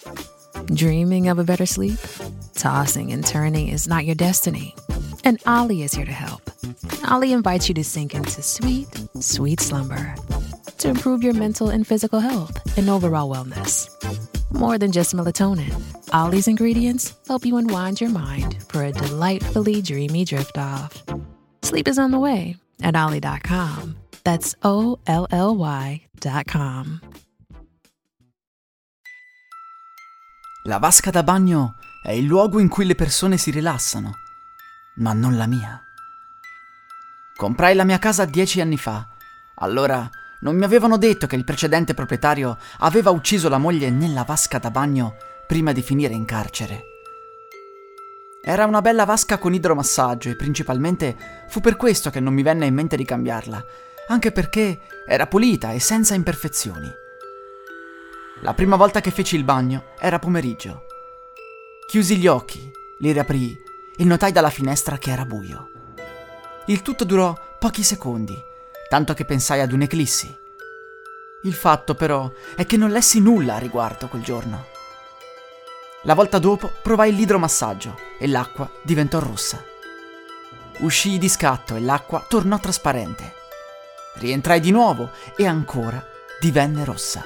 Dreaming of a better sleep? Tossing and turning is not your destiny. And Ollie is here to help. Ollie invites you to sink into sweet, sweet slumber to improve your mental and physical health and overall wellness. More than just melatonin, Ollie's ingredients help you unwind your mind for a delightfully dreamy drift off. Sleep is on the way at Ollie.com. That's OLLY.com. La vasca da bagno è il luogo in cui le persone si rilassano, ma non la mia. Comprai la mia casa 10 anni fa. Allora non mi avevano detto che il precedente proprietario aveva ucciso la moglie nella vasca da bagno prima di finire in carcere. Era una bella vasca con idromassaggio e principalmente fu per questo che non mi venne in mente di cambiarla, anche perché era pulita e senza imperfezioni. La prima volta che feci il bagno era pomeriggio. Chiusi gli occhi, li riaprii e notai dalla finestra che era buio. Il tutto durò pochi secondi, tanto che pensai ad un'eclissi. Il fatto però è che non lessi nulla a riguardo quel giorno. La volta dopo provai l'idromassaggio e l'acqua diventò rossa. Uscii di scatto e l'acqua tornò trasparente. Rientrai di nuovo e ancora divenne rossa.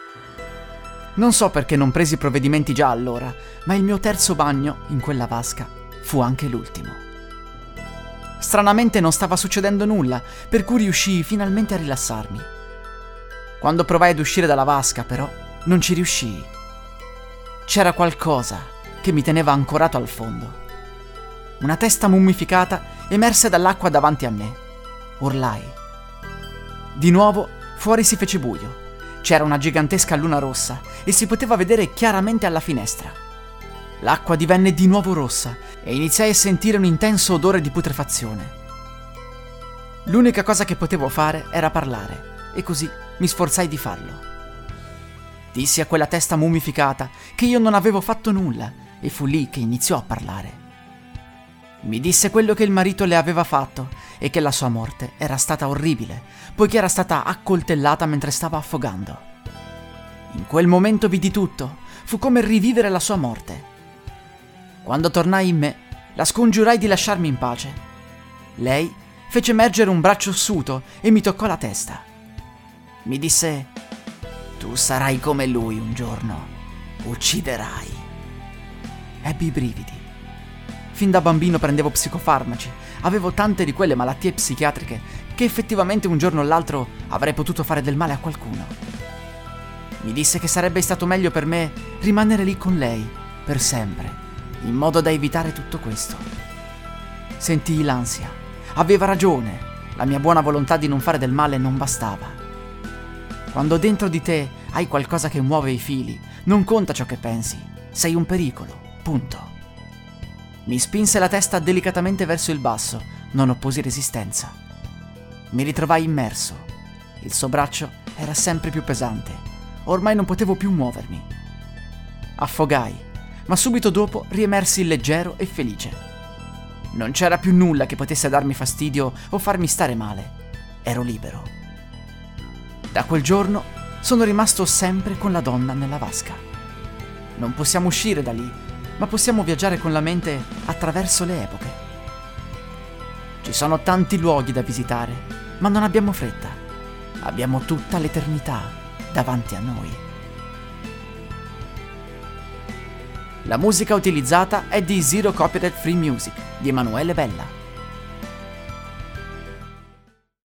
Non so perché non presi provvedimenti già allora, ma il mio terzo bagno in quella vasca fu anche l'ultimo. Stranamente non stava succedendo nulla, per cui riuscii finalmente a rilassarmi. Quando provai ad uscire dalla vasca, però, non ci riuscii. C'era qualcosa che mi teneva ancorato al fondo. Una testa mummificata emerse dall'acqua davanti a me. Urlai. Di nuovo fuori si fece buio. C'era una gigantesca luna rossa e si poteva vedere chiaramente alla finestra. L'acqua divenne di nuovo rossa e iniziai a sentire un intenso odore di putrefazione. L'unica cosa che potevo fare era parlare e così mi sforzai di farlo. Dissi a quella testa mummificata che io non avevo fatto nulla e fu lì che iniziò a parlare. Mi disse quello che il marito le aveva fatto e che la sua morte era stata orribile, poiché era stata accoltellata mentre stava affogando. In quel momento vidi tutto, fu come rivivere la sua morte. Quando tornai in me, la scongiurai di lasciarmi in pace. Lei fece emergere un braccio ossuto e mi toccò la testa. Mi disse: «Tu sarai come lui un giorno, ucciderai». Ebbi i brividi. Fin da bambino prendevo psicofarmaci, avevo tante di quelle malattie psichiatriche che effettivamente un giorno o l'altro avrei potuto fare del male a qualcuno. Mi disse che sarebbe stato meglio per me rimanere lì con lei, per sempre, in modo da evitare tutto questo. Sentii l'ansia. Aveva ragione, la mia buona volontà di non fare del male non bastava. Quando dentro di te hai qualcosa che muove i fili, non conta ciò che pensi, sei un pericolo, punto. Mi spinse la testa delicatamente verso il basso, non opposi resistenza. Mi ritrovai immerso. Il suo braccio era sempre più pesante. Ormai non potevo più muovermi. Affogai, ma subito dopo riemersi leggero e felice. Non c'era più nulla che potesse darmi fastidio o farmi stare male. Ero libero. Da quel giorno sono rimasto sempre con la donna nella vasca. Non possiamo uscire da lì, ma possiamo viaggiare con la mente attraverso le epoche. Ci sono tanti luoghi da visitare, ma non abbiamo fretta. Abbiamo tutta l'eternità davanti a noi. La musica utilizzata è di Zero Copyright Free Music di Emanuele Bella.